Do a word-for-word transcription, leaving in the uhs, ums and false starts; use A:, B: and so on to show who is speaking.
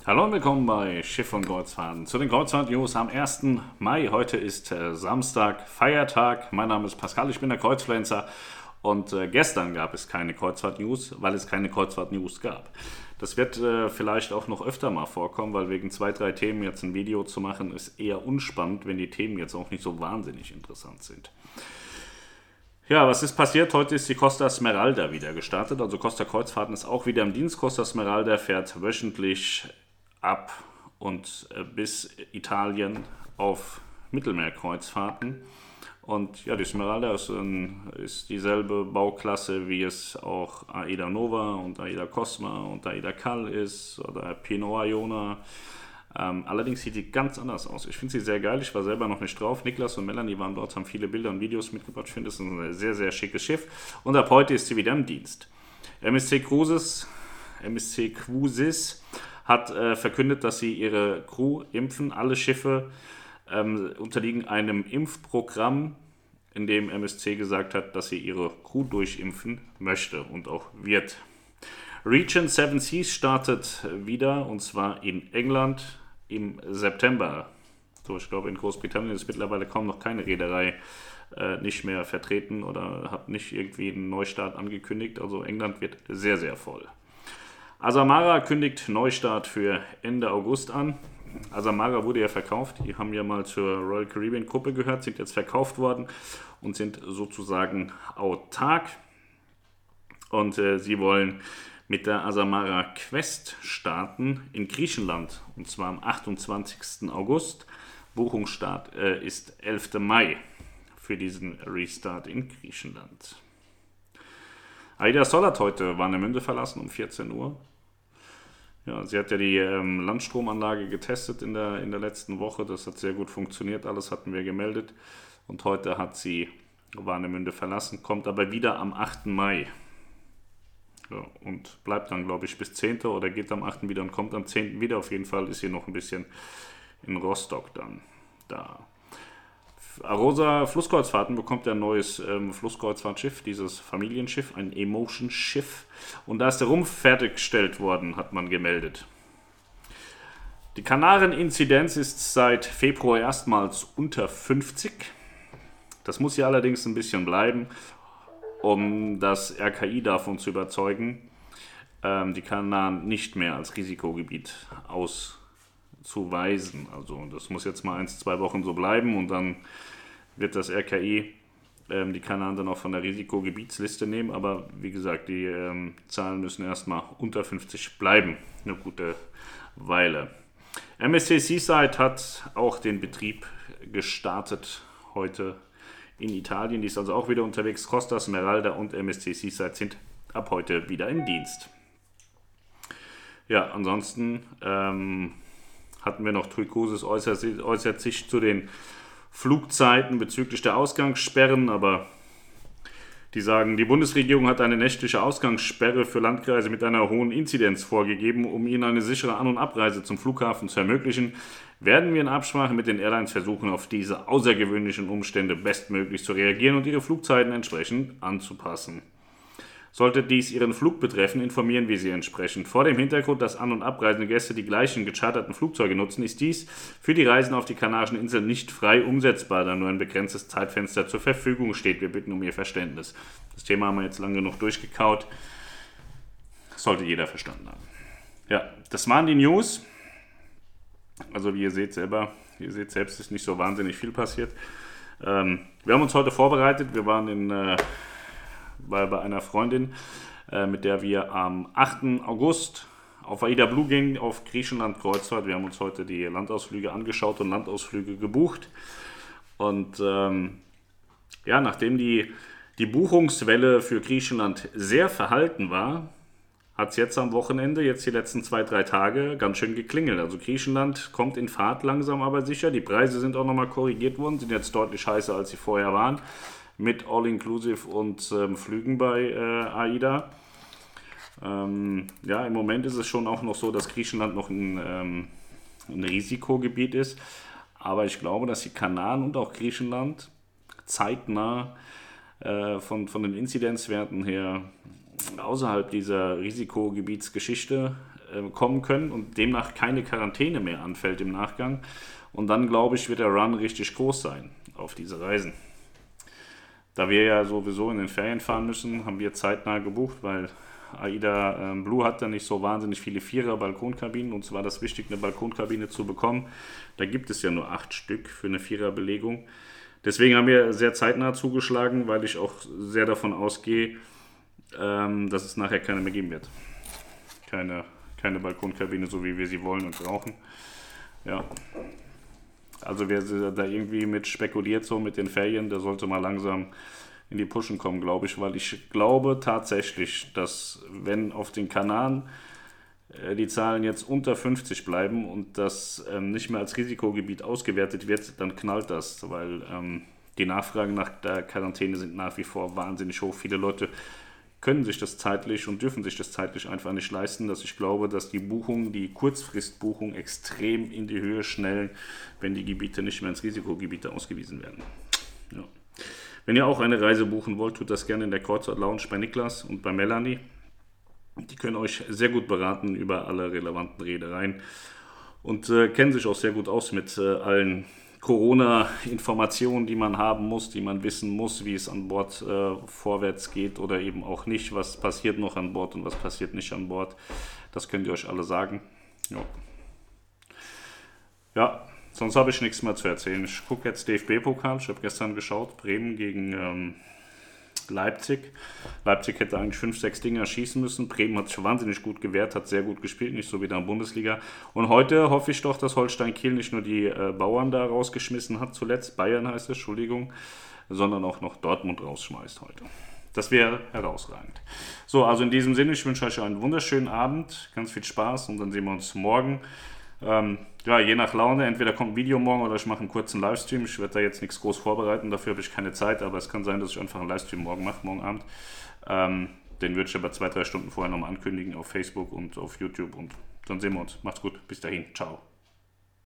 A: Hallo und willkommen bei Schiff und Kreuzfahrten. Zu den Kreuzfahrt-News am ersten Mai. Heute ist äh, Samstag, Feiertag. Mein Name ist Pascal, ich bin der Kreuzfluencer. Und äh, gestern gab es keine Kreuzfahrt-News, weil es keine Kreuzfahrt-News gab. Das wird äh, vielleicht auch noch öfter mal vorkommen, weil wegen zwei, drei Themen jetzt ein Video zu machen, ist eher unspannend, wenn die Themen jetzt auch nicht so wahnsinnig interessant sind. Ja, was ist passiert? Heute ist die Costa Smeralda wieder gestartet. Also Costa Kreuzfahrten ist auch wieder im Dienst. Costa Smeralda fährt wöchentlich ab und äh, bis Italien auf Mittelmeerkreuzfahrten. Und ja, die Smeralda ist, ein, ist dieselbe Bauklasse, wie es auch Aida Nova und Aida Cosma und Aida Cal ist oder Pinoa Iona. Ähm, allerdings sieht die ganz anders aus. Ich finde sie sehr geil. Ich war selber noch nicht drauf. Niklas und Melanie waren dort, haben viele Bilder und Videos mitgebracht. Ich finde es ein sehr, sehr schickes Schiff. Und ab heute ist sie wieder im Dienst. M S C Cruises, M S C Cruises hat äh, verkündet, dass sie ihre Crew impfen. Alle Schiffe ähm, unterliegen einem Impfprogramm, in dem M S C gesagt hat, dass sie ihre Crew durchimpfen möchte und auch wird. Regent Seven Seas startet wieder, und zwar in England im September. So, ich glaube, in Großbritannien ist mittlerweile kaum noch keine Reederei äh, nicht mehr vertreten oder hat nicht irgendwie einen Neustart angekündigt. Also England wird sehr, sehr voll. Azamara kündigt Neustart für Ende August an. Azamara wurde ja verkauft. Die haben ja mal zur Royal Caribbean Gruppe gehört, sind jetzt verkauft worden und sind sozusagen autark. Und äh, sie wollen mit der Azamara Quest starten in Griechenland, und zwar am achtundzwanzigsten August. Buchungsstart äh, ist elfter Mai für diesen Restart in Griechenland. Aida Sol hat heute Warnemünde verlassen um vierzehn Uhr. Ja, sie hat ja die ähm, Landstromanlage getestet in der, in der letzten Woche. Das hat sehr gut funktioniert, alles hatten wir gemeldet. Und heute hat sie Warnemünde verlassen, kommt aber wieder am achten Mai. Ja, und bleibt dann, glaube ich, bis zehnten oder geht am achten wieder und kommt am zehnten wieder. Auf jeden Fall ist sie noch ein bisschen in Rostock dann da. Arosa Flusskreuzfahrten bekommt ein neues ähm, Flusskreuzfahrtschiff, dieses Familienschiff, ein Emotion-Schiff. Und da ist der Rumpf fertiggestellt worden, hat man gemeldet. Die Kanaren-Inzidenz ist seit Februar erstmals unter fünfzig. Das muss hier allerdings ein bisschen bleiben, um das R K I davon zu überzeugen, ähm, die Kanaren nicht mehr als Risikogebiet auszuweisen. Also das muss jetzt mal ein, zwei Wochen so bleiben und dann wird das R K I ähm, die Kanaren dann auch von der Risikogebietsliste nehmen. Aber wie gesagt, die ähm, Zahlen müssen erstmal unter fünfzig bleiben, eine gute Weile. M S C Seaside hat auch den Betrieb gestartet heute in Italien. Die ist also auch wieder unterwegs. Costa Smeralda und M S C Seaside sind ab heute wieder im Dienst. Ja, ansonsten ähm, hatten wir noch TUI Cruises äußert, äußert sich zu den Flugzeiten bezüglich der Ausgangssperren, aber die sagen, die Bundesregierung hat eine nächtliche Ausgangssperre für Landkreise mit einer hohen Inzidenz vorgegeben, um ihnen eine sichere An- und Abreise zum Flughafen zu ermöglichen. Werden wir in Absprache mit den Airlines versuchen, auf diese außergewöhnlichen Umstände bestmöglich zu reagieren und ihre Flugzeiten entsprechend anzupassen. Sollte dies Ihren Flug betreffen, informieren wir Sie entsprechend. Vor dem Hintergrund, dass an- und abreisende Gäste die gleichen gecharterten Flugzeuge nutzen, ist dies für die Reisen auf die Kanarischen Inseln nicht frei umsetzbar, da nur ein begrenztes Zeitfenster zur Verfügung steht. Wir bitten um Ihr Verständnis. Das Thema haben wir jetzt lange genug durchgekaut. Das sollte jeder verstanden haben. Ja, das waren die News. Also wie ihr seht selber, ihr seht selbst, ist nicht so wahnsinnig viel passiert. Ähm, wir haben uns heute vorbereitet. Wir waren in... Äh, bei, bei einer Freundin, äh, mit der wir am achten August auf Aida Blue gingen, auf Griechenland Kreuzfahrt. Wir haben uns heute die Landausflüge angeschaut und Landausflüge gebucht. Und ähm, ja, nachdem die, die Buchungswelle für Griechenland sehr verhalten war, hat es jetzt am Wochenende, jetzt die letzten zwei, drei Tage, ganz schön geklingelt. Also Griechenland kommt in Fahrt langsam aber sicher. Die Preise sind auch nochmal korrigiert worden, sind jetzt deutlich heißer, als sie vorher waren. Mit All-Inclusive und ähm, Flügen bei äh, Aida. Ähm, ja, im Moment ist es schon auch noch so, dass Griechenland noch ein, ähm, ein Risikogebiet ist. Aber ich glaube, dass die Kanaren und auch Griechenland zeitnah äh, von, von den Inzidenzwerten her außerhalb dieser Risikogebietsgeschichte äh, kommen können und demnach keine Quarantäne mehr anfällt im Nachgang. Und dann, glaube ich, wird der Run richtig groß sein auf diese Reisen. Da wir ja sowieso in den Ferien fahren müssen, haben wir zeitnah gebucht, weil AIDA ähm, Blue hat da nicht so wahnsinnig viele Vierer-Balkonkabinen. Uns war das wichtig, eine Balkonkabine zu bekommen. Da gibt es ja nur acht Stück für eine Vierer-Belegung. Deswegen haben wir sehr zeitnah zugeschlagen, weil ich auch sehr davon ausgehe, ähm, dass es nachher keine mehr geben wird. Keine, keine Balkonkabine, so wie wir sie wollen und brauchen. Ja. Also wer da irgendwie mit spekuliert, so mit den Ferien, der sollte mal langsam in die Puschen kommen, glaube ich, weil ich glaube tatsächlich, dass wenn auf den Kanaren äh, die Zahlen jetzt unter fünfzig bleiben und das ähm, nicht mehr als Risikogebiet ausgewertet wird, dann knallt das, weil ähm, die Nachfragen nach der Quarantäne sind nach wie vor wahnsinnig hoch. Viele Leute können sich das zeitlich und dürfen sich das zeitlich einfach nicht leisten, dass ich glaube, dass die Buchungen, die Kurzfristbuchungen extrem in die Höhe schnellen, wenn die Gebiete nicht mehr ins Risikogebiete ausgewiesen werden. Ja. Wenn ihr auch eine Reise buchen wollt, tut das gerne in der Kreuzfahrt Lounge bei Niklas und bei Melanie. Die können euch sehr gut beraten über alle relevanten Reedereien und äh, kennen sich auch sehr gut aus mit äh, allen Corona-Informationen, die man haben muss, die man wissen muss, wie es an Bord äh, vorwärts geht oder eben auch nicht, was passiert noch an Bord und was passiert nicht an Bord. Das könnt ihr euch alle sagen. Ja. Ja. Sonst habe ich nichts mehr zu erzählen. Ich gucke jetzt D F B-Pokal. Ich habe gestern geschaut, Bremen gegen ähm, Leipzig. Leipzig hätte eigentlich fünf, sechs Dinger schießen müssen. Bremen hat sich wahnsinnig gut gewehrt, hat sehr gut gespielt, nicht so wie in der Bundesliga. Und heute hoffe ich doch, dass Holstein Kiel nicht nur die äh, Bauern da rausgeschmissen hat, zuletzt, Bayern heißt es, Entschuldigung, sondern auch noch Dortmund rausschmeißt heute. Das wäre herausragend. So, also in diesem Sinne, ich wünsche euch einen wunderschönen Abend, ganz viel Spaß und dann sehen wir uns morgen. Ähm, ja, je nach Laune, entweder kommt ein Video morgen oder ich mache einen kurzen Livestream. Ich werde da jetzt nichts groß vorbereiten, dafür habe ich keine Zeit, aber es kann sein, dass ich einfach einen Livestream morgen mache, morgen Abend. Ähm, den würde ich aber zwei, drei Stunden vorher nochmal ankündigen auf Facebook und auf YouTube und dann sehen wir uns. Macht's gut, bis dahin, ciao.